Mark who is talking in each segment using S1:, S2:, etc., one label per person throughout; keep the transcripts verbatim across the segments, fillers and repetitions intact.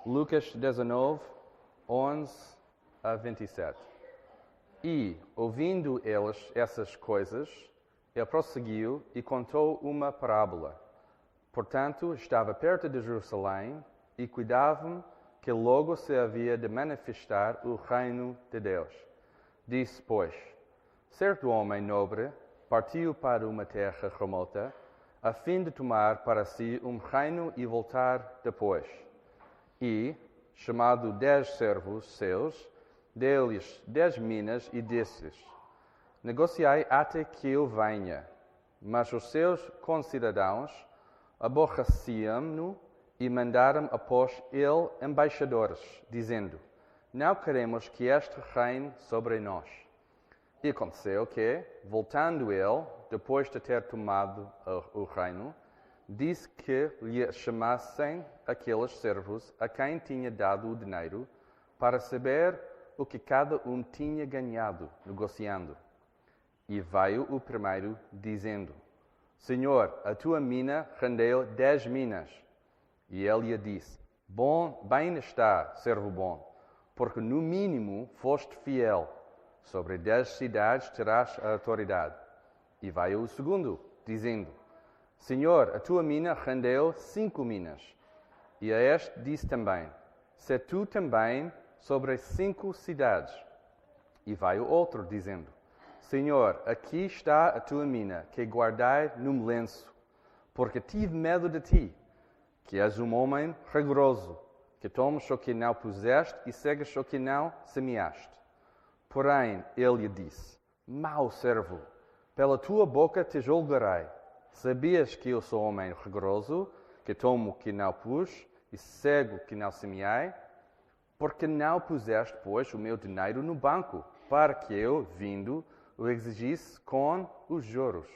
S1: Lucas dezenove, onze a vinte e sete. E, ouvindo eles essas coisas, ele prosseguiu e contou uma parábola. Portanto, estava perto de Jerusalém e cuidava que logo se havia de manifestar o reino de Deus. Disse, pois, certo homem nobre partiu para uma terra remota, a fim de tomar para si um reino e voltar depois. E, chamado dez servos seus, deu-lhes dez minas e disse-lhes, negociai até que eu venha. Mas os seus concidadãos aborreciam-no e mandaram após ele embaixadores, dizendo, não queremos que este reine sobre nós. E aconteceu que, voltando ele, depois de ter tomado o reino, disse que lhe chamassem aqueles servos a quem tinha dado o dinheiro, para saber o que cada um tinha ganhado, negociando. E veio o primeiro, dizendo, Senhor, a tua mina rendeu dez minas. E ele lhe disse, bom, bem está, servo bom, porque no mínimo foste fiel. Sobre dez cidades terás a autoridade. E veio o segundo, dizendo, Senhor, a tua mina rendeu cinco minas. E a este disse também, se tu também sobre cinco cidades. E veio outro, dizendo, Senhor, aqui está a tua mina, que guardai num lenço, porque tive medo de ti, que és um homem rigoroso, que tomas o que não puseste e cegas o que não semeaste. Porém, ele lhe disse, mau servo, pela tua boca te julgarei. Sabias que eu sou homem rigoroso, que tomo o que não pus e cego o que não semeei? Porque não puseste, pois, o meu dinheiro no banco, para que eu, vindo, o exigisse com os juros.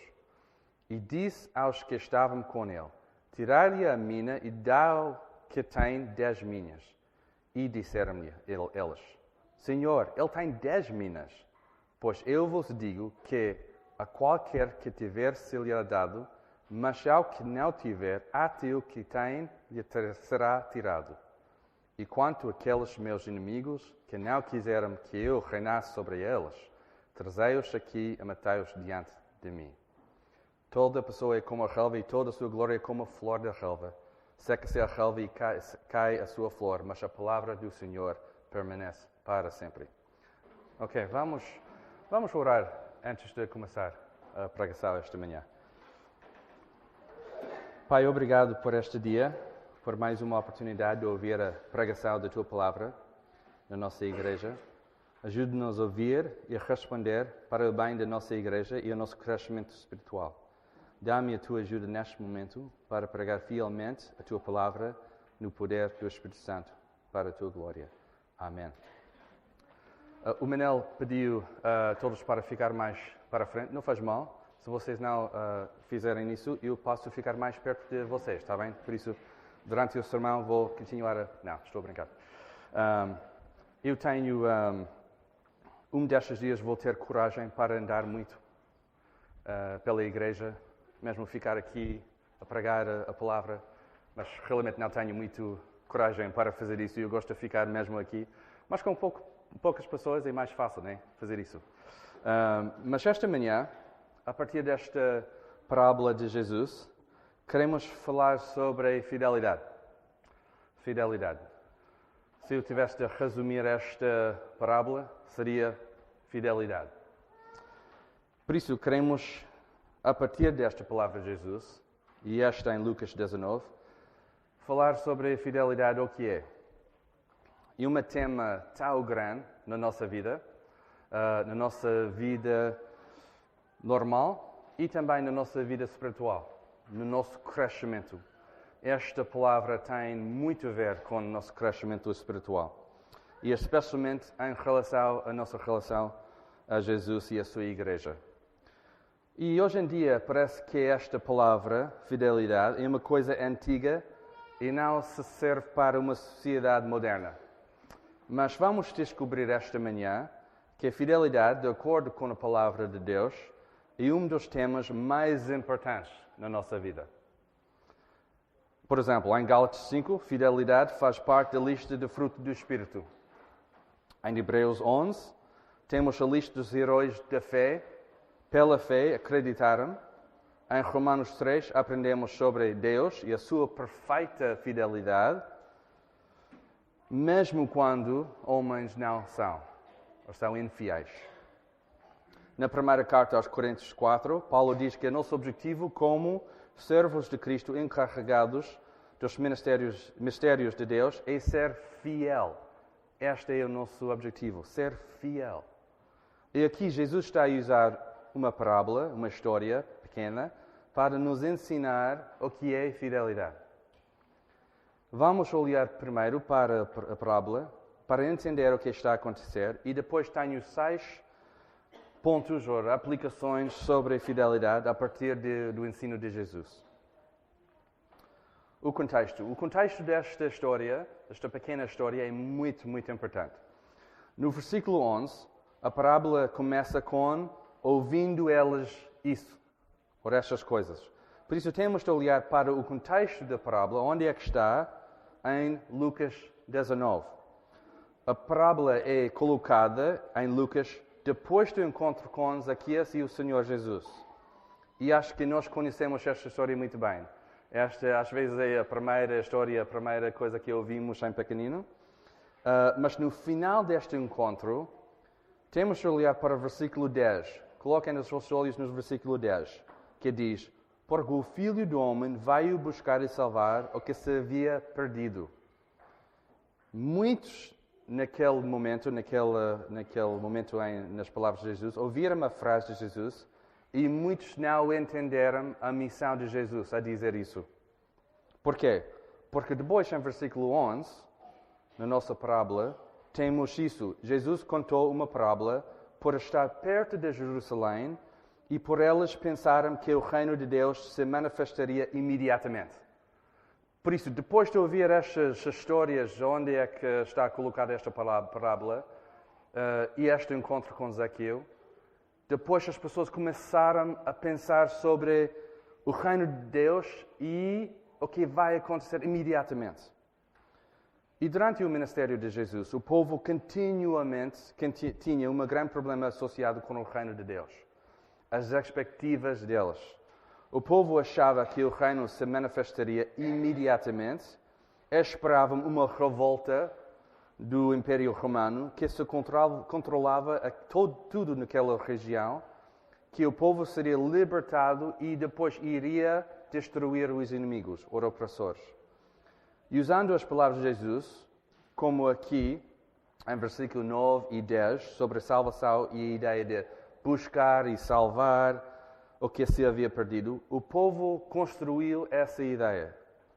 S1: E disse aos que estavam com ele, tirai-lhe a mina e dá-o que tem dez minas. E disseram-lhe eles, Senhor, ele tem dez minas. Pois eu vos digo que a qualquer que tiver se lhe dado, mas ao que não tiver, até o que tem lhe será tirado. E quanto àqueles meus inimigos, que não quiseram que eu reinasse sobre eles, trazei-os aqui e matei-os diante de mim. Toda pessoa é como a relva e toda a sua glória é como a flor da relva. Seca-se a relva e cai, cai a sua flor, mas a palavra do Senhor permanece para sempre. Ok, vamos, vamos orar antes de começar a pregação esta manhã. Pai, obrigado por este dia, por mais uma oportunidade de ouvir a pregação da Tua Palavra na nossa igreja. Ajude-nos a ouvir e a responder para o bem da nossa igreja e o nosso crescimento espiritual. Dá-me a Tua ajuda neste momento para pregar fielmente a Tua Palavra no poder do Espírito Santo para a Tua glória. Amém. Uh, o Manel pediu a uh, todos para ficar mais para a frente. Não faz mal. Se vocês não uh, fizerem isso, eu posso ficar mais perto de vocês, está bem? Por isso, durante o sermão, vou continuar a... Não, estou a brincar. Um, eu tenho... Um, um destes dias vou ter coragem para andar muito uh, pela igreja, mesmo ficar aqui a pregar a, a palavra, mas realmente não tenho muito coragem para fazer isso e eu gosto de ficar mesmo aqui. Mas com pouco, poucas pessoas é mais fácil, né, fazer isso. Um, mas esta manhã, a partir desta parábola de Jesus, queremos falar sobre fidelidade. Fidelidade. Se eu tivesse de resumir esta parábola, seria fidelidade. Por isso, queremos, a partir desta palavra de Jesus, e esta em Lucas dezenove, falar sobre a fidelidade, o que é. E um tema tão grande na nossa vida, uh, na nossa vida normal e também na nossa vida espiritual, no nosso crescimento. Esta palavra tem muito a ver com o nosso crescimento espiritual. E especialmente em relação à nossa relação a Jesus e a sua igreja. E hoje em dia parece que esta palavra, fidelidade, é uma coisa antiga e não se serve para uma sociedade moderna. Mas vamos descobrir esta manhã que a fidelidade, de acordo com a palavra de Deus, é um dos temas mais importantes na nossa vida. Por exemplo, em Gálatas cinco, fidelidade faz parte da lista de fruto do Espírito. Em Hebreus onze, temos a lista dos heróis da fé, pela fé acreditaram. Em Romanos três, aprendemos sobre Deus e a sua perfeita fidelidade, mesmo quando homens não são, ou são infiéis. Na primeira carta aos Coríntios quatro, Paulo diz que é nosso objetivo como servos de Cristo encarregados dos ministérios, mistérios de Deus é ser fiel. Este é o nosso objetivo, ser fiel. E aqui Jesus está a usar uma parábola, uma história pequena, para nos ensinar o que é fidelidade. Vamos olhar primeiro para a parábola, para entender o que está a acontecer, e depois tenho seis pontos ou aplicações sobre a fidelidade a partir de, do ensino de Jesus. O contexto. O contexto desta história, desta pequena história, é muito, muito importante. No versículo onze, a parábola começa com ouvindo elas isso, ou estas coisas. Por isso temos de olhar para o contexto da parábola, onde é que está, em Lucas dezanove. A parábola é colocada em Lucas depois do encontro com Zaqueu e o Senhor Jesus. E acho que nós conhecemos esta história muito bem. Esta, às vezes, é a primeira história, a primeira coisa que ouvimos em pequenino. Uh, mas no final deste encontro, temos de olhar para o versículo dez. Coloquem os vossos olhos no versículo dez, que diz: porque o Filho do Homem veio buscar e salvar o que se havia perdido. Muitos, naquele momento, naquele, naquele momento em, nas palavras de Jesus, ouviram a frase de Jesus e muitos não entenderam a missão de Jesus a dizer isso. Por quê? Porque depois, em versículo onze, na nossa parábola, temos isso. Jesus contou uma parábola por estar perto de Jerusalém e por elas pensaram que o reino de Deus se manifestaria imediatamente. Por isso, depois de ouvir estas histórias, onde é que está colocada esta parábola, uh, e este encontro com Zaqueu, depois as pessoas começaram a pensar sobre o reino de Deus e o que vai acontecer imediatamente. E durante o ministério de Jesus, o povo continuamente tinha um grande problema associado com o reino de Deus. As expectativas deles. O povo achava que o reino se manifestaria imediatamente, esperavam uma revolta do Império Romano que se controlava a todo, tudo naquela região, que o povo seria libertado e depois iria destruir os inimigos, os opressores. E usando as palavras de Jesus, como aqui, em versículo nove e dez, sobre a salvação e a ideia de buscar e salvar o que se havia perdido, o povo construiu essa ideia.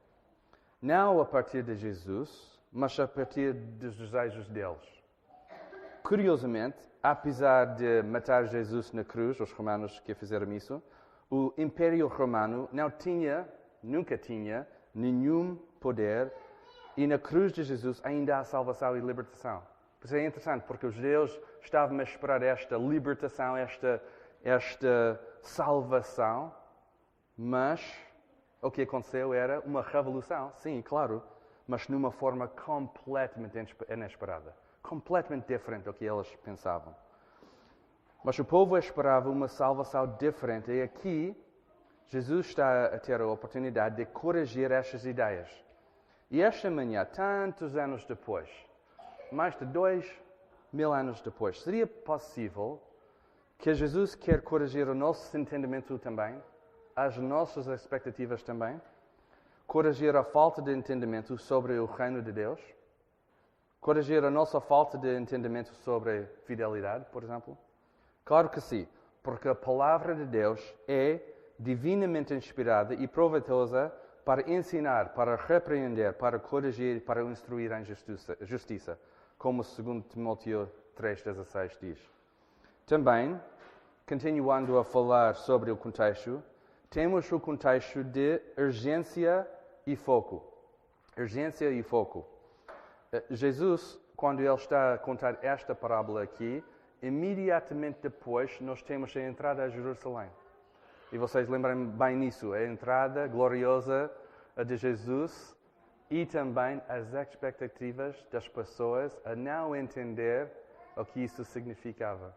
S1: Não a partir de Jesus, mas a partir dos desejos deles. Curiosamente, apesar de matar Jesus na cruz, os romanos que fizeram isso, o Império Romano não tinha, nunca tinha, nenhum poder, e na cruz de Jesus ainda há salvação e libertação. Isso é interessante, porque os judeus estavam a esperar esta libertação, esta, esta salvação, mas o que aconteceu era uma revolução, sim, claro, mas numa forma completamente inesperada, completamente diferente do que eles pensavam. Mas o povo esperava uma salvação diferente, e aqui Jesus está a ter a oportunidade de corrigir estas ideias. E esta manhã, tantos anos depois, mais de dois mil anos depois, seria possível que Jesus quer corrigir o nosso entendimento também, as nossas expectativas também, corrigir a falta de entendimento sobre o reino de Deus, corrigir a nossa falta de entendimento sobre fidelidade, por exemplo? Claro que sim, porque a palavra de Deus é divinamente inspirada e proveitosa para ensinar, para repreender, para corrigir, para instruir em justiça, justiça como segundo Timóteo três dezasseis diz. Também, continuando a falar sobre o contexto, temos o contexto de urgência e foco. Urgência e foco. Jesus, quando ele está a contar esta parábola aqui, imediatamente depois nós temos a entrada a Jerusalém. E vocês lembram bem nisso, a entrada gloriosa a de Jesus e também as expectativas das pessoas a não entender o que isso significava.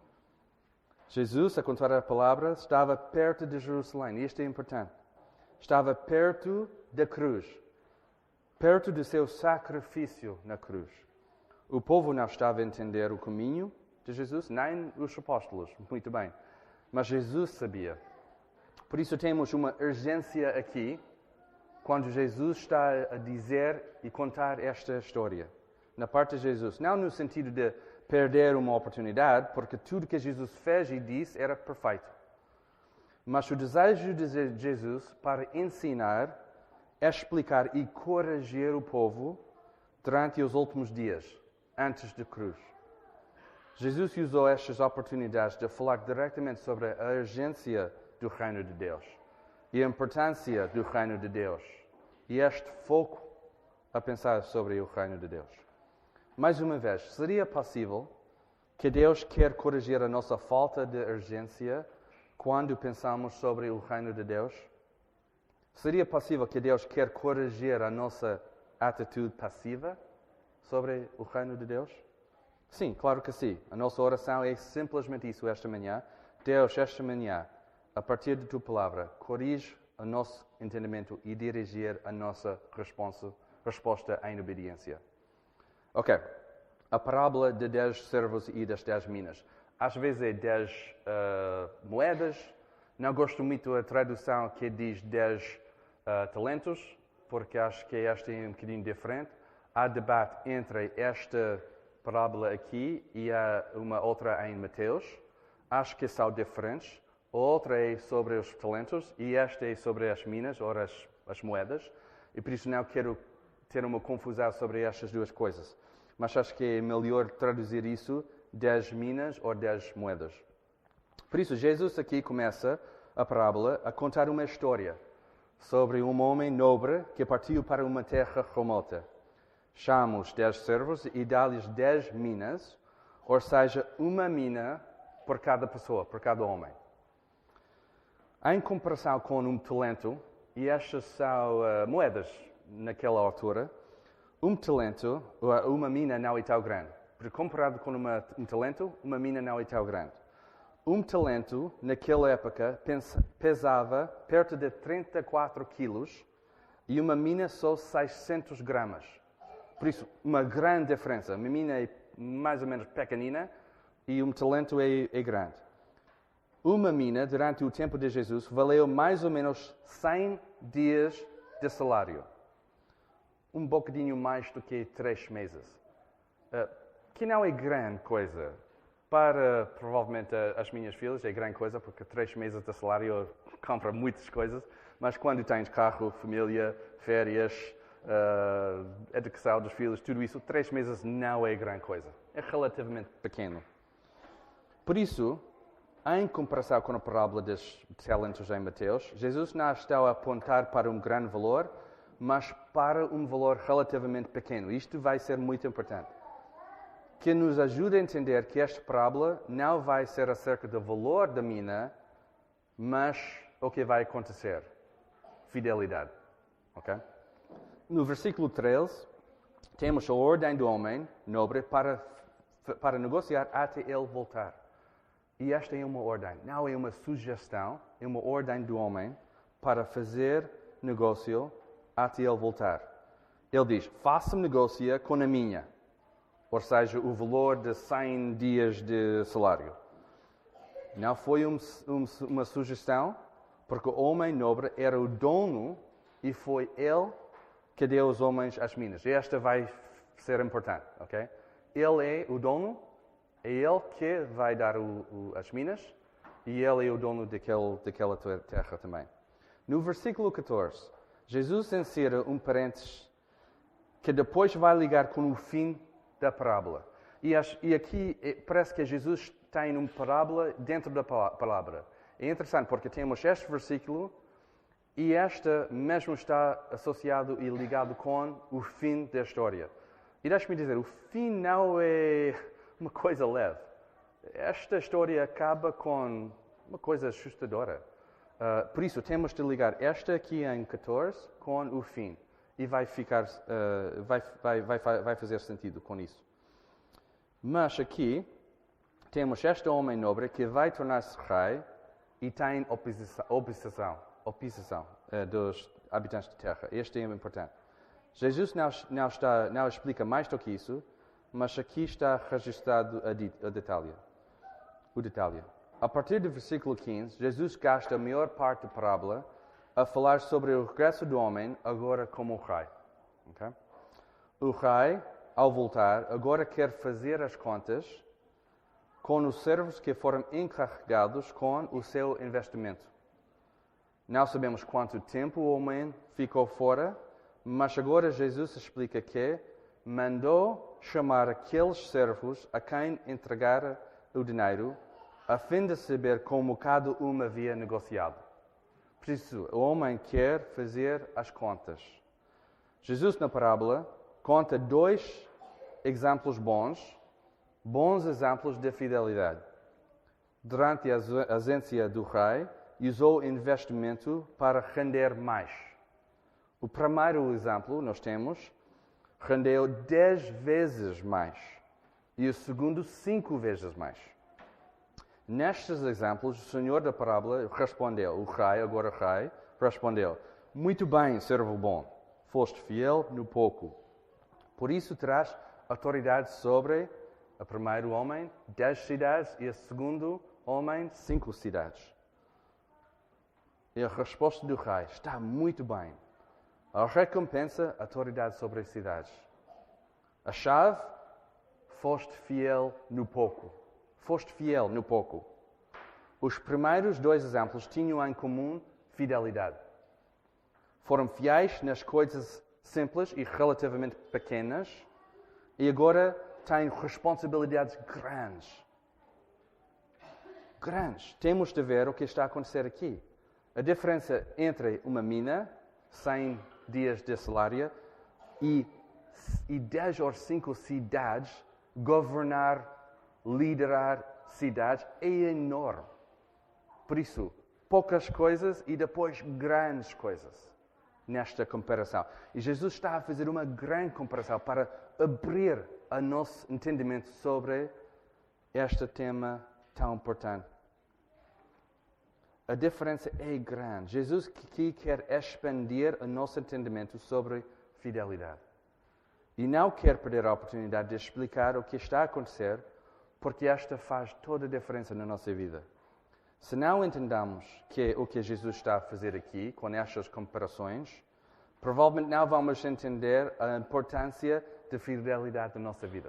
S1: Jesus, a contar a palavra, estava perto de Jerusalém. Isto é importante. Estava perto da cruz. Perto do seu sacrifício na cruz. O povo não estava a entender o caminho de Jesus, nem os apóstolos, muito bem. Mas Jesus sabia. Por isso temos uma urgência aqui, quando Jesus está a dizer e contar esta história. Na parte de Jesus. Não no sentido de perder uma oportunidade, porque tudo que Jesus fez e disse era perfeito. Mas o desejo de Jesus para ensinar, explicar e corajar o povo durante os últimos dias, antes da cruz. Jesus usou estas oportunidades de falar diretamente sobre a urgência do reino de Deus e a importância do reino de Deus e este foco a pensar sobre o reino de Deus. Mais uma vez, seria possível que Deus quer corrigir a nossa falta de urgência quando pensamos sobre o reino de Deus? Seria possível que Deus quer corrigir a nossa atitude passiva sobre o reino de Deus? Sim, claro que sim. A nossa oração é simplesmente isso esta manhã. Deus, esta manhã, a partir da tua palavra, corrige o nosso entendimento e dirigir a nossa resposta, resposta em obediência. Ok. A parábola de dez servos e das dez minas. Às vezes é dez uh, moedas. Não gosto muito da tradução que diz dez uh, talentos, porque acho que esta é um bocadinho diferente. Há debate entre esta parábola aqui e há uma outra em Mateus. Acho que são diferentes. Outra é sobre os talentos e esta é sobre as minas, ou as, as moedas. E por isso não quero ter uma confusão sobre estas duas coisas. Mas acho que é melhor traduzir isso dez minas ou dez moedas. Por isso, Jesus aqui começa a parábola a contar uma história sobre um homem nobre que partiu para uma terra remota. Chama os dez servos e dá-lhes dez minas, ou seja, uma mina por cada pessoa, por cada homem. Em comparação com um talento, e estas são uh, moedas naquela altura, um talento, uma mina não é tão grande. Porque comparado com uma, um talento, uma mina não é tão grande. Um talento, naquela época, pesava perto de trinta e quatro quilos e uma mina só seiscentos gramas. Por isso, uma grande diferença. Uma mina é mais ou menos pequenina e um talento é, é grande. Uma mina, durante o tempo de Jesus, valeu mais ou menos cem dias de salário. Um bocadinho mais do que três meses. Uh, que não é grande coisa. Para, provavelmente, as minhas filhas é grande coisa, porque três meses de salário compra muitas coisas, mas quando tens carro, família, férias, uh, educação dos filhos, tudo isso, três meses não é grande coisa. É relativamente pequeno. Por isso, em comparação com a parábola dos talentos em Mateus, Jesus não está a apontar para um grande valor, mas para um valor relativamente pequeno. Isto vai ser muito importante. Que nos ajude a entender que esta parábola não vai ser acerca do valor da mina, mas o que vai acontecer. Fidelidade. Okay? No versículo treze, temos a ordem do homem nobre para, para negociar até ele voltar. E esta é uma ordem, não é uma sugestão, é uma ordem do homem para fazer negócio até ele voltar. Ele diz, faça-me negócio com a minha. Ou seja, o valor de cem dias de salário. Não foi um, um, uma sugestão, porque o homem nobre era o dono e foi ele que deu aos homens as minas. E esta vai ser importante, ok? Ele é o dono, é ele que vai dar o, o, as minas e ele é o dono daquele, daquela terra também. No versículo catorze, Jesus insere um parênteses que depois vai ligar com o fim da parábola. E, as, e aqui é, parece que Jesus tem uma parábola dentro da palavra. É interessante porque temos este versículo e esta mesmo está associado e ligado com o fim da história. E deixe-me dizer, o fim não é uma coisa leve. Esta história acaba com uma coisa assustadora. Uh, por isso, temos de ligar esta aqui em catorze com o fim. E vai, ficar, uh, vai, vai, vai, vai fazer sentido com isso. Mas aqui, temos este homem nobre que vai tornar-se rei e tem oposição, oposição, oposição uh, dos habitantes da terra. Este é importante. Jesus não, não, está, não explica mais do que isso, mas aqui está registrado a, de, a detalhe, o detalhe. A partir do versículo quinze, Jesus gasta a maior parte da parábola a falar sobre o regresso do homem, agora como rei. Okay? O rei, ao voltar, agora quer fazer as contas com os servos que foram encarregados com o seu investimento. Não sabemos quanto tempo o homem ficou fora, mas agora Jesus explica que mandou chamar aqueles servos a quem entregara o dinheiro, a fim de saber como cada um havia negociado. Por isso, o homem quer fazer as contas. Jesus, na parábola, conta dois exemplos bons, bons exemplos de fidelidade. Durante a ausência do rei, usou o investimento para render mais. O primeiro exemplo, nós temos, rendeu dez vezes mais. E o segundo, cinco vezes mais. Nestes exemplos, o senhor da parábola respondeu, o rei, agora rei, respondeu: muito bem, servo bom, foste fiel no pouco. Por isso terás autoridade sobre o primeiro homem, dez cidades, e o segundo homem, cinco cidades. E a resposta do rei está muito bem. A recompensa, autoridade sobre as cidades. A chave, foste fiel no pouco. Foste fiel no pouco. Os primeiros dois exemplos tinham em comum fidelidade. Foram fiéis nas coisas simples e relativamente pequenas e agora têm responsabilidades grandes. Grandes. Temos de ver o que está a acontecer aqui. A diferença entre uma mina, cem dias de salário, e, e dez ou cinco cidades, governar, liderar cidades, é enorme. Por isso, poucas coisas e depois grandes coisas nesta comparação. E Jesus está a fazer uma grande comparação para abrir o nosso entendimento sobre este tema tão importante. A diferença é grande. Jesus aqui quer expandir o nosso entendimento sobre fidelidade. E não quer perder a oportunidade de explicar o que está a acontecer, porque esta faz toda a diferença na nossa vida. Se não entendamos que o que Jesus está a fazer aqui, com estas comparações, provavelmente não vamos entender a importância da fidelidade da nossa vida.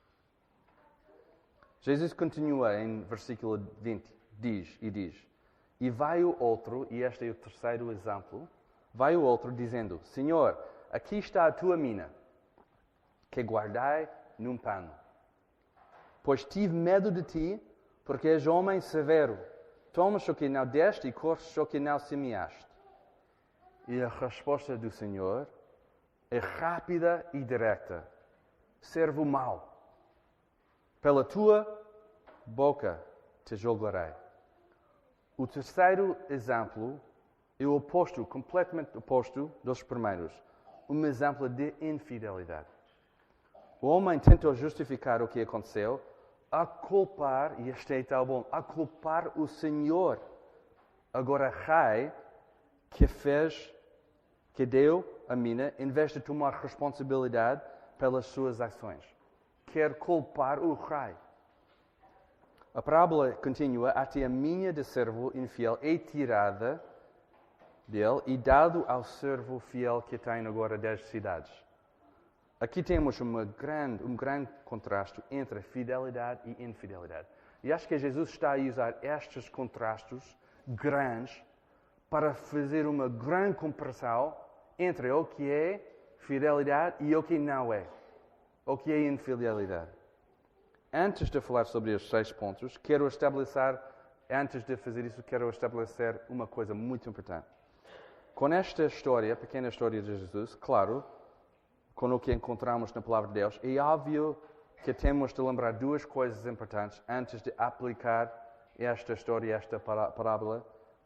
S1: Jesus continua em versículo vinte, diz e diz: e vai o outro, e este é o terceiro exemplo, vai o outro dizendo: Senhor, aqui está a tua mina, que guardai num pano. Pois tive medo de ti, porque és homem severo. Tomas o que não deste e corres o que não semeaste. E a resposta do Senhor é rápida e direta. Servo mau, pela tua boca te julgarei. O terceiro exemplo é o oposto, completamente oposto dos primeiros. Um exemplo de infidelidade. O homem tentou justificar o que aconteceu a culpar, e este é tão bom, a culpar o Senhor, agora rei, que fez, que deu a mina, em vez de tomar responsabilidade pelas suas ações. Quer culpar o rei. A parábola continua: até a minha de servo infiel é tirada dele e dado ao servo fiel que tem agora dez cidades. Aqui temos uma grande, um grande contraste entre fidelidade e infidelidade. E acho que Jesus está a usar estes contrastes grandes para fazer uma grande comparação entre o que é fidelidade e o que não é. O que é infidelidade. Antes de falar sobre estes seis pontos, quero estabelecer, antes de fazer isso, quero estabelecer uma coisa muito importante. Com esta história, pequena história de Jesus, claro, com o que encontramos na Palavra de Deus, é óbvio que temos de lembrar duas coisas importantes antes de aplicar esta história, esta parábola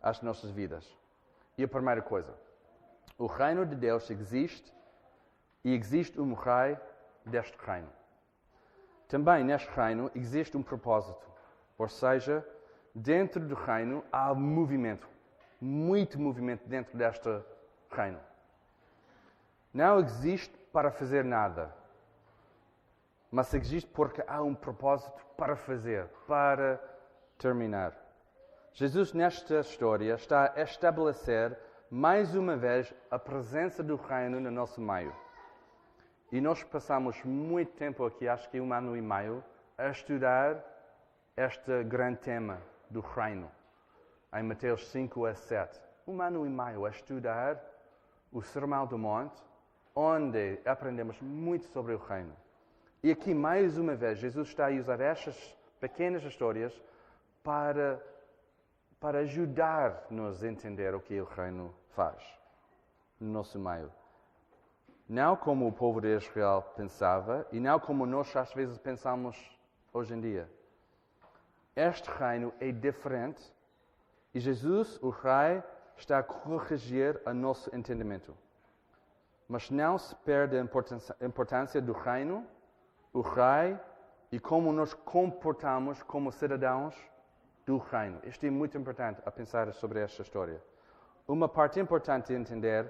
S1: às nossas vidas. E a primeira coisa, o reino de Deus existe e existe um rei deste reino. Também neste reino existe um propósito, ou seja, dentro do reino há movimento, muito movimento dentro deste reino. Não existe para fazer nada, mas existe porque há um propósito para fazer, para terminar. Jesus, nesta história, está a estabelecer mais uma vez a presença do reino no nosso meio. E nós passamos muito tempo aqui, acho que um ano e meio, a estudar este grande tema do reino, em Mateus cinco a sete. Um ano e meio a estudar o Sermão do Monte, onde aprendemos muito sobre o reino. E aqui, mais uma vez, Jesus está a usar estas pequenas histórias para, para ajudar-nos a entender o que o reino faz no nosso meio. Não como o povo de Israel pensava e não como nós às vezes pensamos hoje em dia. Este reino é diferente e Jesus, o Rei, está a corrigir o nosso entendimento. Mas não se perde a importância do reino, o Rei e como nos comportamos como cidadãos do reino. Isto é muito importante a pensar sobre esta história. Uma parte importante de entender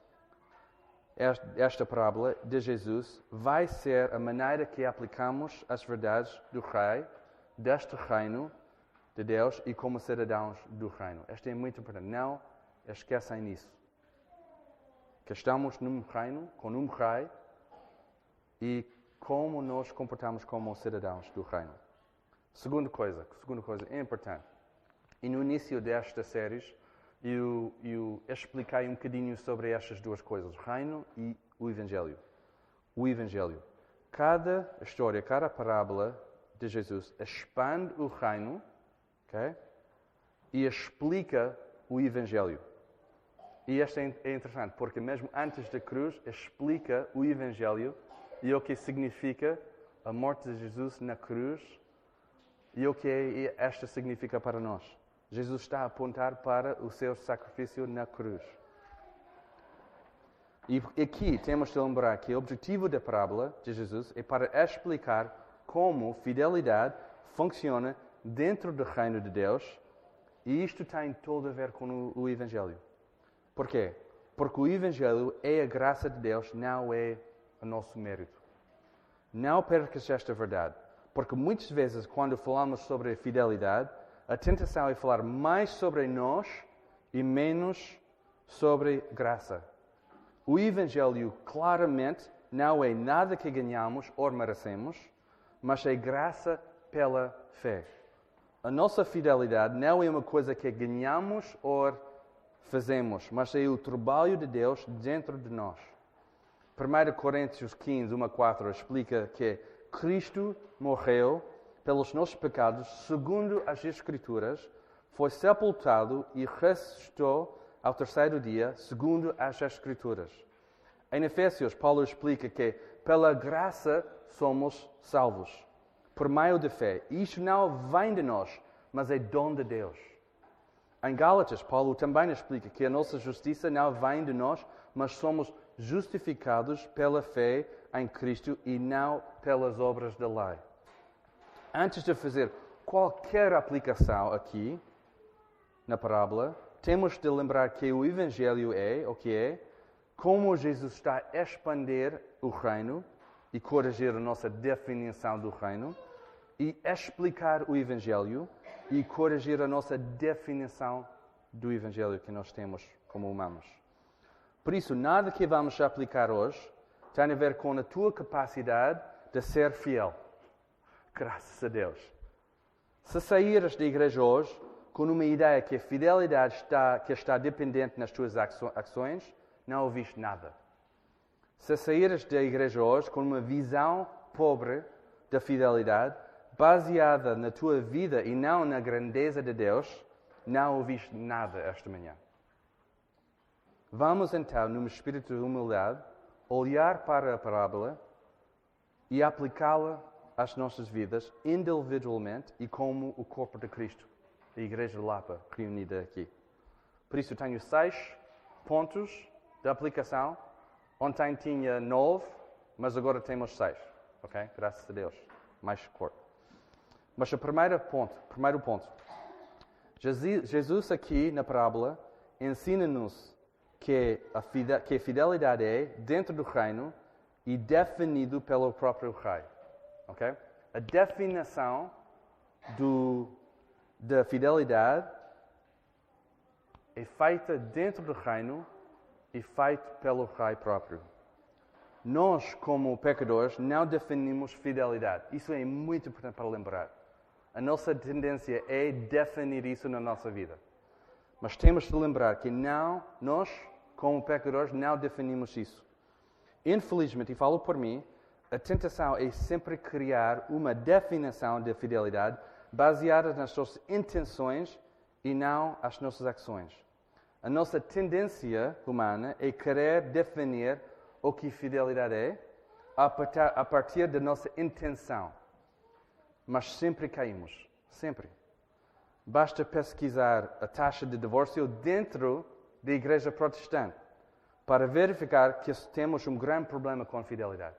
S1: esta parábola de Jesus vai ser a maneira que aplicamos as verdades do Rei, deste reino de Deus e como cidadãos do reino. Isto é muito importante. Não esqueçam nisso. Que estamos num reino, com um Rei e como nos comportamos como cidadãos do reino. Segunda coisa, segunda coisa é importante. E no início destas séries, eu, eu expliquei um bocadinho sobre estas duas coisas, o reino e o Evangelho. O Evangelho. Cada história, cada parábola de Jesus expande o reino, okay? E explica o Evangelho. E isto é interessante, porque mesmo antes da cruz, explica o Evangelho e o que significa a morte de Jesus na cruz e o que esta significa para nós. Jesus está a apontar para o seu sacrifício na cruz. E aqui temos de lembrar que o objetivo da parábola de Jesus é para explicar como fidelidade funciona dentro do reino de Deus e isto tem todo a ver com o Evangelho. Por quê? Porque o Evangelho é a graça de Deus, não é o nosso mérito. Não percas esta verdade, porque muitas vezes quando falamos sobre a fidelidade, a tentação é falar mais sobre nós e menos sobre graça. O Evangelho claramente não é nada que ganhamos ou merecemos, mas é graça pela fé. A nossa fidelidade não é uma coisa que ganhamos ou fazemos, mas é o trabalho de Deus dentro de nós. primeira Coríntios quinze, um a quatro explica que Cristo morreu pelos nossos pecados, segundo as Escrituras, foi sepultado e ressuscitou ao terceiro dia, segundo as Escrituras. Em Efésios, Paulo explica que pela graça somos salvos, por meio da fé. E isto não vem de nós, mas é dom de Deus. Em Gálatas, Paulo também explica que a nossa justiça não vem de nós, mas somos justificados pela fé em Cristo e não pelas obras da lei. Antes de fazer qualquer aplicação aqui, na parábola, temos de lembrar que o Evangelho é, o que é, como Jesus está a expandir o reino e corrigir a nossa definição do reino, e explicar o Evangelho e corrigir a nossa definição do Evangelho que nós temos como humanos. Por isso, nada que vamos aplicar hoje tem a ver com a tua capacidade de ser fiel. Graças a Deus. Se saíres da igreja hoje com uma ideia que a fidelidade está, que está dependente nas tuas ações, não ouviste nada. Se saíres da igreja hoje com uma visão pobre da fidelidade, baseada na tua vida e não na grandeza de Deus, não ouviste nada esta manhã. Vamos então, num espírito de humildade, olhar para a parábola e aplicá-la às nossas vidas individualmente e como o corpo de Cristo, a Igreja de Lapa, reunida aqui. Por isso, tenho seis pontos de aplicação. Ontem tinha nove, mas agora temos seis. Ok? Graças a Deus. Mais curto. Mas o primeiro ponto, primeiro ponto. Jesus aqui na parábola ensina-nos que a fidelidade é dentro do reino e definido pelo próprio rei. Okay? A definição do, da fidelidade é feita dentro do reino e feita pelo rei próprio. Nós, como pecadores, não definimos fidelidade. Isso é muito importante para lembrar. A nossa tendência é definir isso na nossa vida. Mas temos de lembrar que não, nós, como pecadores, não definimos isso. Infelizmente, e falo por mim, a tentação é sempre criar uma definição de fidelidade baseada nas nossas intenções e não as nossas ações. A nossa tendência humana é querer definir o que fidelidade é a partir da nossa intenção. Mas sempre caímos. Sempre. Basta pesquisar a taxa de divórcio dentro da igreja protestante para verificar que temos um grande problema com a fidelidade.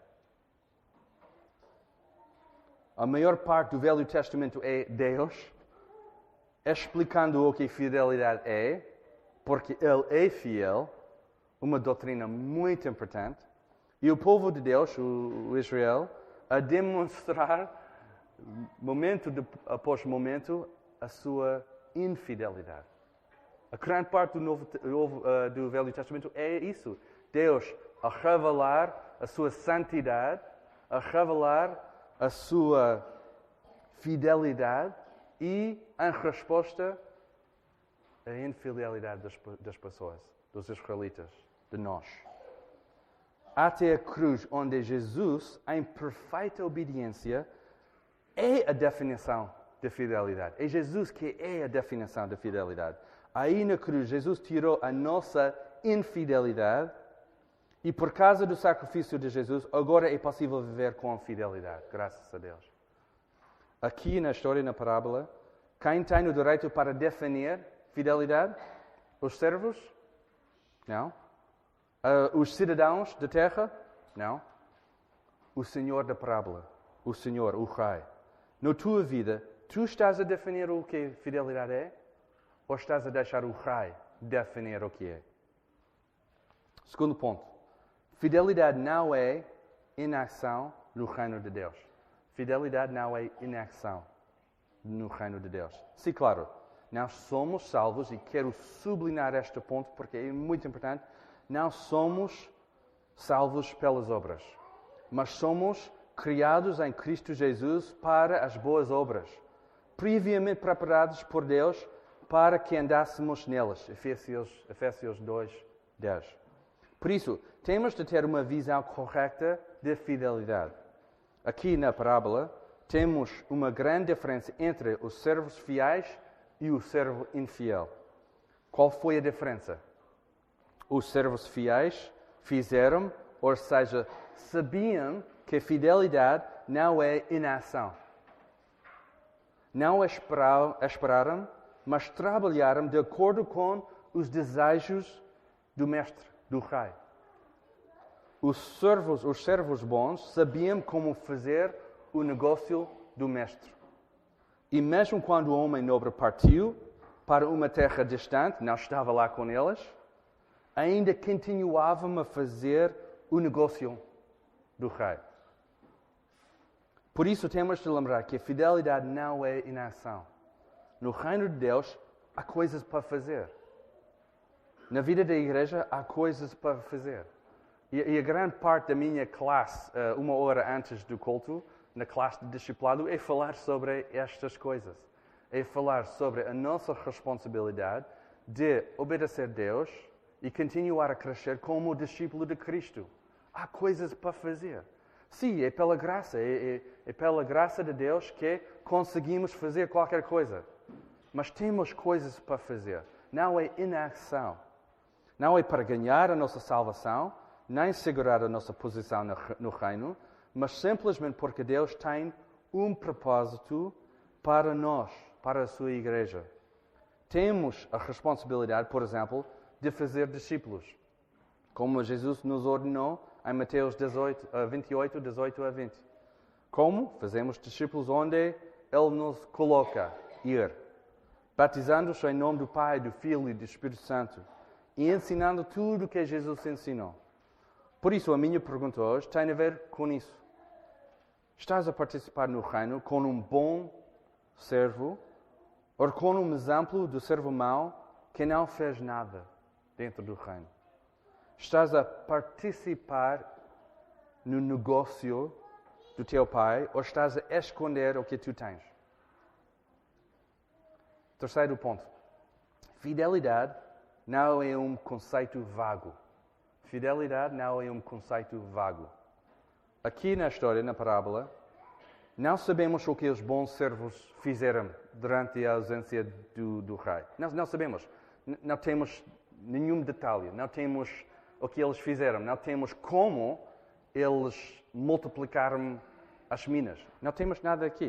S1: A maior parte do Velho Testamento é Deus explicando o que fidelidade é, porque Ele é fiel, uma doutrina muito importante, e o povo de Deus, o Israel, a demonstrar momento de, após momento, a sua infidelidade. A grande parte do, novo, uh, do Velho Testamento é isso. Deus a revelar a sua santidade, a revelar a sua fidelidade e, em resposta, a infidelidade das, das pessoas, dos israelitas, de nós. Até a cruz, onde Jesus, em perfeita obediência, é a definição de fidelidade. É Jesus que é a definição de fidelidade. Aí na cruz, Jesus tirou a nossa infidelidade e por causa do sacrifício de Jesus, agora é possível viver com fidelidade. Graças a Deus. Aqui na história, na parábola, quem tem o direito para definir fidelidade? Os servos? Não. Uh, os cidadãos da terra? Não. O Senhor da parábola. O Senhor, o Rei. Na tua vida, tu estás a definir o que fidelidade é? Ou estás a deixar o Rei definir o que é? Segundo ponto. Fidelidade não é inação no reino de Deus. Fidelidade não é inação no reino de Deus. Sim, claro, nós somos salvos, e quero sublinhar este ponto porque é muito importante. Não somos salvos pelas obras, mas somos criados em Cristo Jesus para as boas obras, previamente preparados por Deus para que andássemos nelas. Efésios, Efésios dois, dez. Por isso, temos de ter uma visão correta de fidelidade. Aqui na parábola, temos uma grande diferença entre os servos fiéis e o servo infiel. Qual foi a diferença? Os servos fiéis fizeram, ou seja, sabiam que a fidelidade não é inação. Não esperaram, esperaram, mas trabalharam de acordo com os desejos do mestre, do rei. Os servos, os servos bons sabiam como fazer o negócio do mestre. E mesmo quando o homem nobre partiu para uma terra distante, não estava lá com eles, ainda continuavam a fazer o negócio do rei. Por isso temos de lembrar que a fidelidade não é inação. No reino de Deus há coisas para fazer. Na vida da igreja há coisas para fazer. E, e a grande parte da minha classe, uh, uma hora antes do culto, na classe de discipulado, é falar sobre estas coisas. É falar sobre a nossa responsabilidade de obedecer a Deus e continuar a crescer como discípulo de Cristo. Há coisas para fazer. Sim, é pela graça. É, é, é pela graça de Deus que conseguimos fazer qualquer coisa. Mas temos coisas para fazer. Não é inação. Não é para ganhar a nossa salvação, nem segurar a nossa posição no reino, mas simplesmente porque Deus tem um propósito para nós, para a sua igreja. Temos a responsabilidade, por exemplo, de fazer discípulos, como Jesus nos ordenou em Mateus dezoito, vinte e oito, dezoito a vinte. Como? Fazemos discípulos onde Ele nos coloca ir, batizando-os em nome do Pai, do Filho e do Espírito Santo e ensinando tudo o que Jesus ensinou. Por isso, a minha pergunta hoje tem a ver com isso. Estás a participar no reino com um bom servo ou com um exemplo do servo mau que não fez nada dentro do reino? Estás a participar no negócio do teu pai ou estás a esconder o que tu tens? Terceiro ponto. Fidelidade não é um conceito vago. Fidelidade não é um conceito vago. Aqui na história, na parábola, não sabemos o que os bons servos fizeram durante a ausência do, do rei. Não, não sabemos. N- não temos nenhum detalhe. Não temos o que eles fizeram. Não temos como eles multiplicaram as minas. Não temos nada aqui.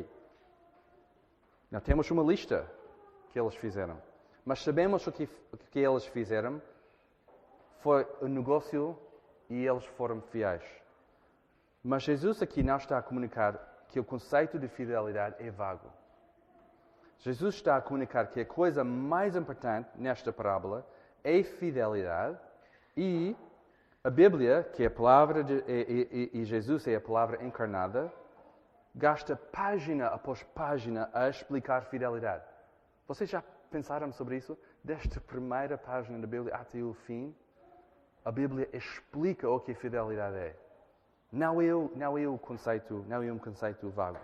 S1: Não temos uma lista que eles fizeram. Mas sabemos o que, o que eles fizeram. Foi um negócio e eles foram fiéis. Mas Jesus aqui não está a comunicar que o conceito de fidelidade é vago. Jesus está a comunicar que a coisa mais importante nesta parábola é fidelidade e a Bíblia, que é a palavra de, e, e, e Jesus é a palavra encarnada, gasta página após página a explicar fidelidade. Vocês já pensaram sobre isso? Desta primeira página da Bíblia até o fim, a Bíblia explica o que a fidelidade é. Não é, não é, o conceito, não é um conceito vago.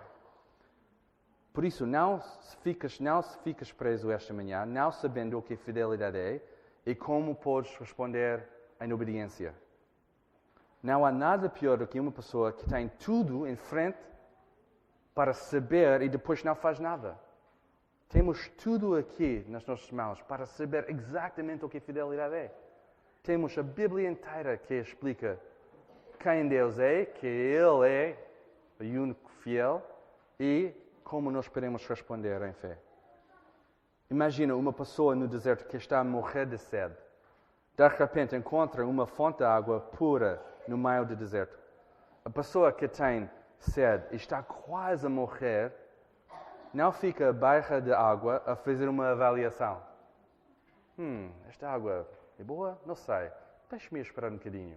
S1: Por isso, não se, ficas, não se ficas preso esta manhã, não sabendo o que a fidelidade é e como podes responder em obediência. Não há nada pior do que uma pessoa que tem tudo em frente para saber e depois não faz nada. Temos tudo aqui nas nossas mãos para saber exatamente o que a fidelidade é. Temos a Bíblia inteira que explica quem Deus é, que Ele é o único fiel e como nós podemos responder em fé. Imagina uma pessoa no deserto que está a morrer de sede. De repente encontra uma fonte de água pura no meio do deserto. A pessoa que tem sede e está quase a morrer, não fica à beira de água a fazer uma avaliação. Hum, esta água é boa? Não sei. Deixe-me esperar um bocadinho.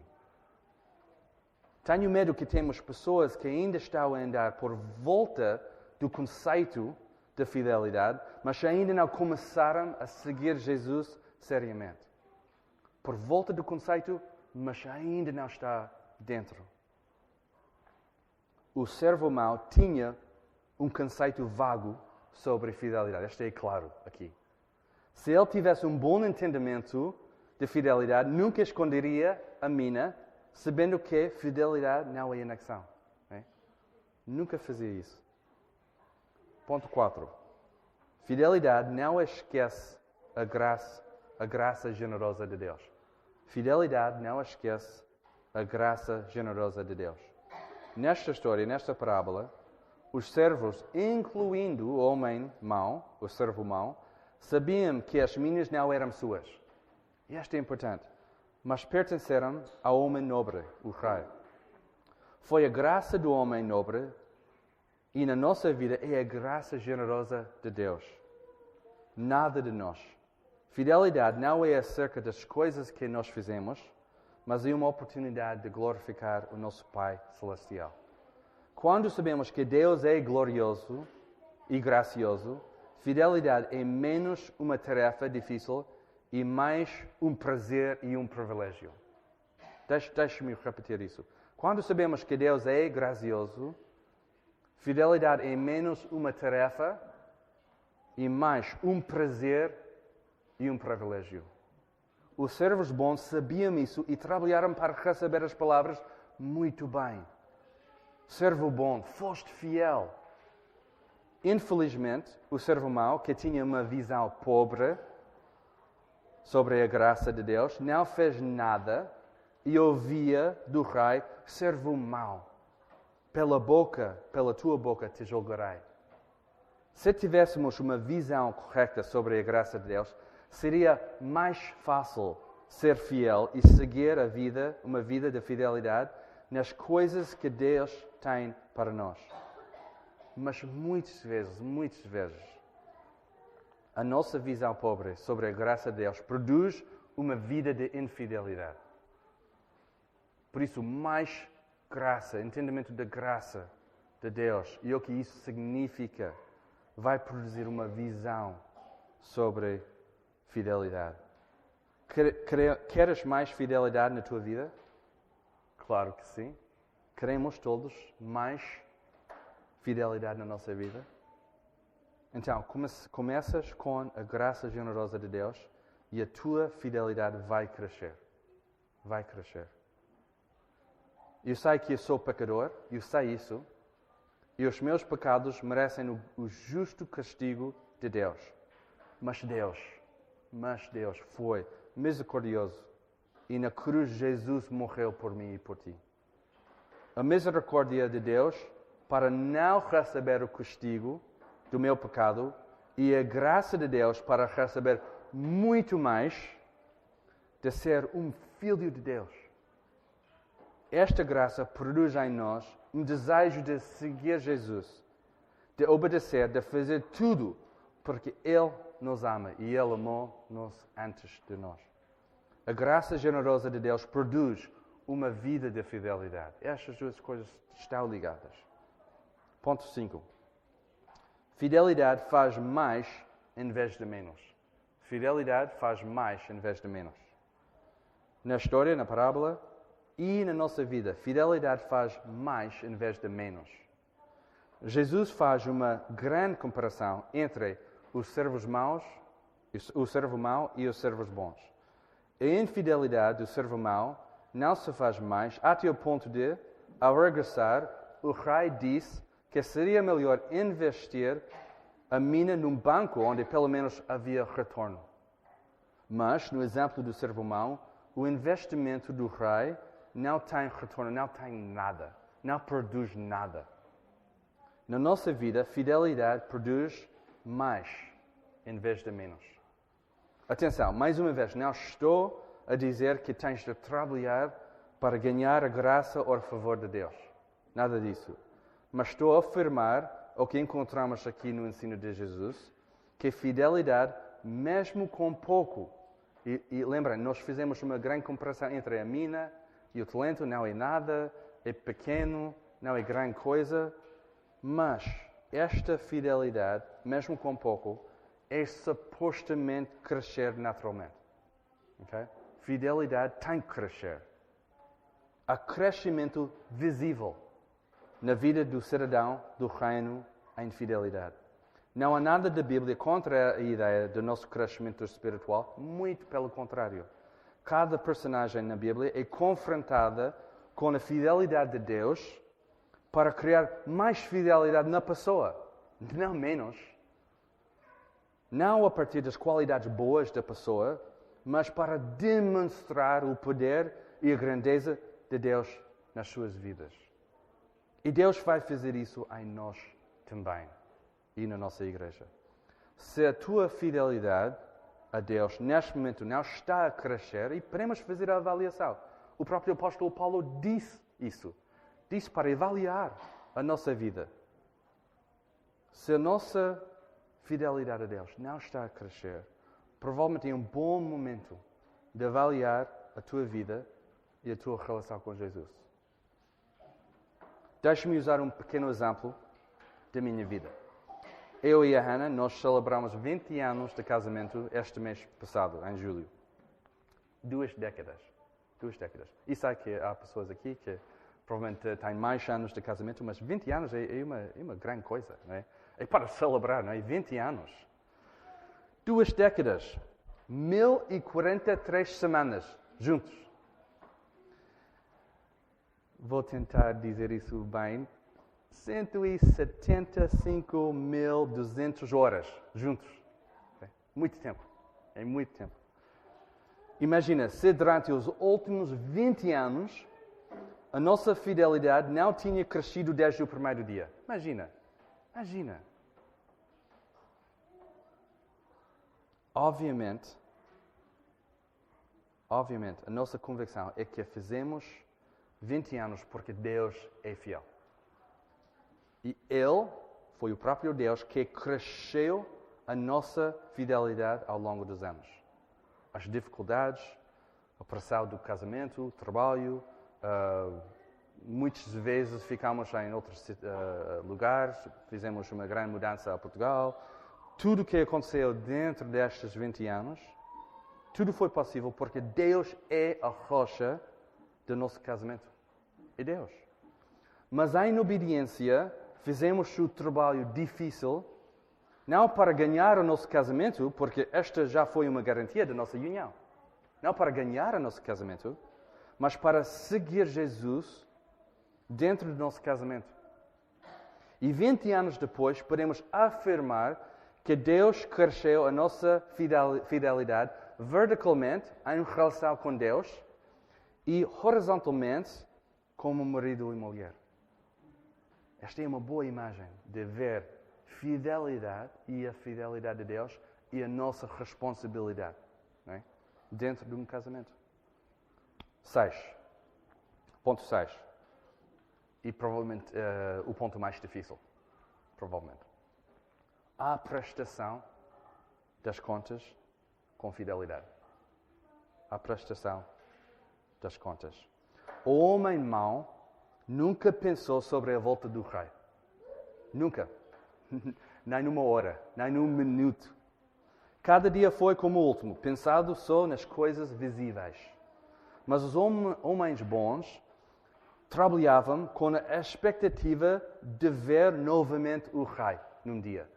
S1: Tenho medo que temos pessoas que ainda estão a andar por volta do conceito de fidelidade, mas ainda não começaram a seguir Jesus seriamente. Por volta do conceito, mas ainda não está dentro. O servo mau tinha um conceito vago sobre fidelidade. Isto é claro aqui. Se ele tivesse um bom entendimento de fidelidade, nunca esconderia a mina, sabendo que fidelidade não é anexão. É? Nunca fazia isso. Ponto quatro. Fidelidade não esquece a graça, a graça generosa de Deus. Fidelidade não esquece a graça generosa de Deus. Nesta história, nesta parábola, os servos, incluindo o homem mau, o servo mau, sabiam que as minas não eram suas. E isto é importante. Mas pertenceram ao homem nobre, o rei. Foi a graça do homem nobre e na nossa vida é a graça generosa de Deus. Nada de nós. Fidelidade não é acerca das coisas que nós fizemos, mas é uma oportunidade de glorificar o nosso Pai Celestial. Quando sabemos que Deus é glorioso e gracioso, fidelidade é menos uma tarefa difícil e mais um prazer e um privilégio. Deixe-me repetir isso. Quando sabemos que Deus é gracioso, fidelidade é menos uma tarefa e mais um prazer e um privilégio. Os servos bons sabiam isso e trabalharam para receber as palavras muito bem. Servo bom, foste fiel. Infelizmente, o servo mau, que tinha uma visão pobre sobre a graça de Deus, não fez nada e ouvia do rei, servo mau. Pela boca, pela tua boca te julgarei. Se tivéssemos uma visão correta sobre a graça de Deus, seria mais fácil ser fiel e seguir a vida, uma vida de fidelidade nas coisas que Deus tem para nós. Mas muitas vezes, muitas vezes, a nossa visão pobre sobre a graça de Deus produz uma vida de infidelidade. Por isso, mais graça, entendimento da graça de Deus e o que isso significa, vai produzir uma visão sobre fidelidade. Queres mais fidelidade na tua vida? Claro que sim. Queremos todos mais fidelidade na nossa vida? Então, come- começas com a graça generosa de Deus e a tua fidelidade vai crescer. Vai crescer. Eu sei que eu sou pecador, eu sei isso, e os meus pecados merecem o, o justo castigo de Deus. Mas Deus, mas Deus foi misericordioso e na cruz Jesus morreu por mim e por ti. A misericórdia de Deus para não receber o castigo do meu pecado e a graça de Deus para receber muito mais de ser um filho de Deus. Esta graça produz em nós um desejo de seguir Jesus, de obedecer, de fazer tudo, porque Ele nos ama e Ele amou-nos antes de nós. A graça generosa de Deus produz uma vida de fidelidade. Estas duas coisas estão ligadas. Ponto cinco. Fidelidade faz mais em vez de menos. Fidelidade faz mais em vez de menos. Na história, na parábola e na nossa vida, fidelidade faz mais em vez de menos. Jesus faz uma grande comparação entre os servos maus, o servo mau e os servos bons. A infidelidade do servo mau não se faz mais, até o ponto de, ao regressar, o rei disse que seria melhor investir a mina num banco onde pelo menos havia retorno. Mas, no exemplo do servo mau, o investimento do rei não tem retorno, não tem nada, não produz nada. Na nossa vida, fidelidade produz mais em vez de menos. Atenção, mais uma vez, não estou a dizer que tens de trabalhar para ganhar a graça ou o favor de Deus. Nada disso. Mas estou a afirmar o que encontramos aqui no ensino de Jesus, que fidelidade, mesmo com pouco, e, e lembrem, nós fizemos uma grande comparação entre a mina e o talento, não é nada, é pequeno, não é grande coisa, mas esta fidelidade, mesmo com pouco, é supostamente crescer naturalmente. Okay? Fidelidade tem que crescer. Há crescimento visível na vida do cidadão do reino em fidelidade. Não há nada da Bíblia contra a ideia do nosso crescimento espiritual, muito pelo contrário. Cada personagem na Bíblia é confrontada com a fidelidade de Deus para criar mais fidelidade na pessoa, não menos. Não a partir das qualidades boas da pessoa, mas para demonstrar o poder e a grandeza de Deus nas suas vidas. E Deus vai fazer isso em nós também e na nossa igreja. Se a tua fidelidade a Deus neste momento não está a crescer, e podemos fazer a avaliação. O próprio apóstolo Paulo disse isso. Disse para avaliar a nossa vida. Se a nossa fidelidade a Deus não está a crescer, provavelmente é um bom momento de avaliar a tua vida e a tua relação com Jesus. Deixa-me usar um pequeno exemplo da minha vida. Eu e a Hannah, nós celebramos vinte anos de casamento este mês passado, em julho. Duas décadas. Duas décadas. E sei que há pessoas aqui que provavelmente têm mais anos de casamento, mas vinte anos é, é, uma, é uma grande coisa, não é? É para celebrar, não é? vinte anos. Duas décadas. mil e quarenta e três semanas juntos. Vou tentar dizer isso bem. cento e setenta e cinco mil e duzentas horas juntos. É muito tempo. É muito tempo. Imagina, se durante os últimos vinte anos a nossa fidelidade não tinha crescido desde o primeiro dia. Imagina. Imagina. obviamente, obviamente, a nossa convicção é que fizemos vinte anos porque Deus é fiel. E Ele foi o próprio Deus que cresceu a nossa fidelidade ao longo dos anos. As dificuldades, a pressão do casamento, o trabalho, uh, muitas vezes ficamos em outros uh, lugares, fizemos uma grande mudança a Portugal. Tudo o que aconteceu dentro destes vinte anos, tudo foi possível porque Deus é a rocha do nosso casamento. É Deus. Mas em obediência, fizemos o trabalho difícil, não para ganhar o nosso casamento, porque esta já foi uma garantia da nossa união. Não para ganhar o nosso casamento, mas para seguir Jesus dentro do nosso casamento. E vinte anos depois, podemos afirmar que Deus cresceu a nossa fidelidade verticalmente em relação com Deus e horizontalmente como marido e mulher. Esta é uma boa imagem de ver fidelidade e a fidelidade de Deus e a nossa responsabilidade, não é? Dentro de um casamento. Seis. Ponto seis. E provavelmente uh, o ponto mais difícil. Provavelmente. A prestação das contas com fidelidade. A prestação das contas. O homem mau nunca pensou sobre a volta do rei. Nunca. Nem numa hora, nem num minuto. Cada dia foi como o último, pensado só nas coisas visíveis. Mas os homens bons trabalhavam com a expectativa de ver novamente o rei num dia.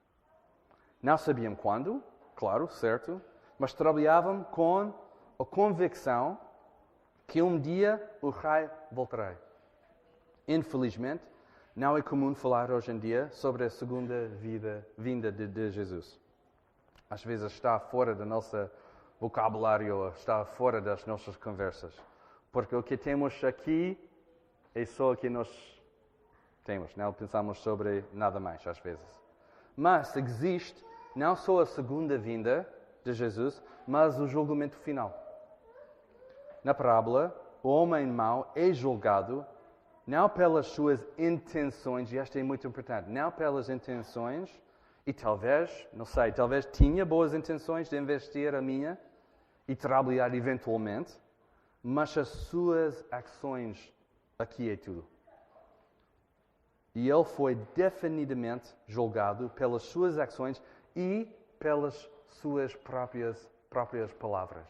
S1: Não sabiam quando, claro, certo, mas trabalhavam com a convicção que um dia o rei voltará. Infelizmente, não é comum falar hoje em dia sobre a segunda vida, vinda de, de Jesus. Às vezes está fora do nosso vocabulário, está fora das nossas conversas. Porque o que temos aqui é só o que nós temos. Não pensamos sobre nada mais, às vezes. Mas existe não só a segunda vinda de Jesus, mas o julgamento final. Na parábola, o homem mau é julgado não pelas suas intenções, e esta é muito importante, não pelas intenções, e talvez, não sei, talvez tinha boas intenções de investir a minha e trabalhar eventualmente, mas as suas ações, aqui é tudo. E ele foi definitivamente julgado pelas suas ações e pelas suas próprias, próprias palavras.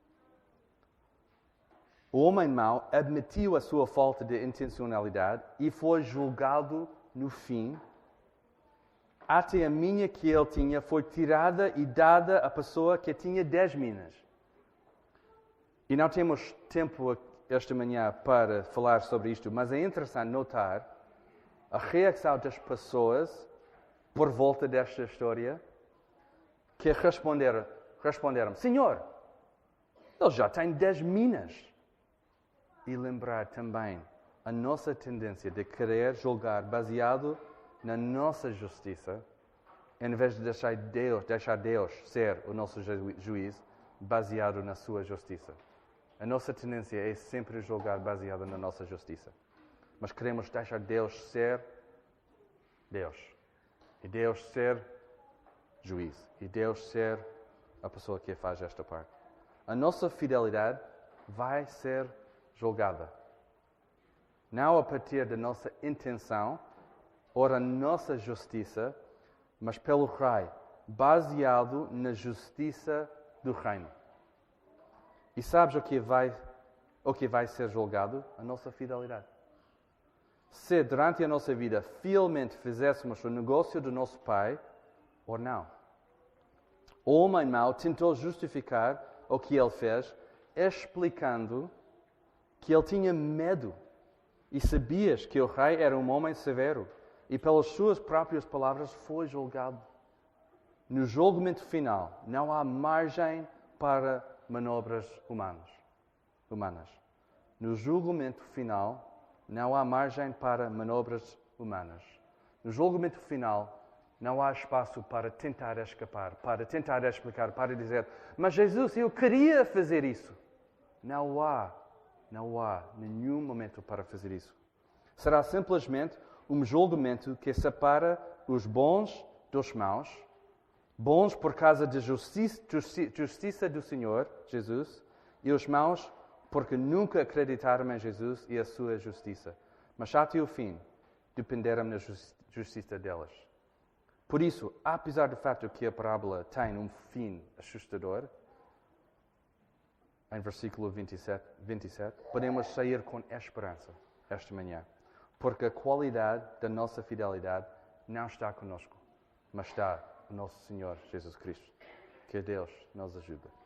S1: O homem mau admitiu a sua falta de intencionalidade e foi julgado no fim. Até a mina que ele tinha foi tirada e dada à pessoa que tinha dez minas. E não temos tempo esta manhã para falar sobre isto, mas é interessante notar a reação das pessoas por volta desta história que responderam, responderam Senhor, ele já tem dez minas. E lembrar também a nossa tendência de querer julgar baseado na nossa justiça, em vez de deixar Deus, deixar Deus ser o nosso ju- juiz, baseado na sua justiça. A nossa tendência é sempre julgar baseado na nossa justiça. Mas queremos deixar Deus ser Deus. E Deus ser juiz. E Deus ser a pessoa que faz esta parte. A nossa fidelidade vai ser julgada. Não a partir da nossa intenção ou da nossa justiça, mas pelo Rei, baseado na justiça do reino. E sabes o que vai, o que vai ser julgado? A nossa fidelidade. Se durante a nossa vida fielmente fizéssemos o negócio do nosso Pai, ou não. O homem mau tentou justificar o que ele fez, explicando que ele tinha medo e sabias que o rei era um homem severo e pelas suas próprias palavras foi julgado. No julgamento final não há margem para manobras humanas. humanas. No julgamento final não há margem para manobras humanas. No julgamento final Não há espaço para tentar escapar, para tentar explicar, para dizer, mas Jesus, eu queria fazer isso. Não há, não há nenhum momento para fazer isso. Será simplesmente um julgamento que separa os bons dos maus, bons por causa da justiça, justi- justiça do Senhor, Jesus, e os maus porque nunca acreditaram em Jesus e a sua justiça. Mas até o fim, dependeram da justi- justiça delas. Por isso, apesar do fato que a parábola tem um fim assustador, em versículo vinte e sete, vinte e sete, podemos sair com esperança esta manhã. Porque a qualidade da nossa fidelidade não está conosco, mas está o nosso Senhor Jesus Cristo. Que Deus nos ajude.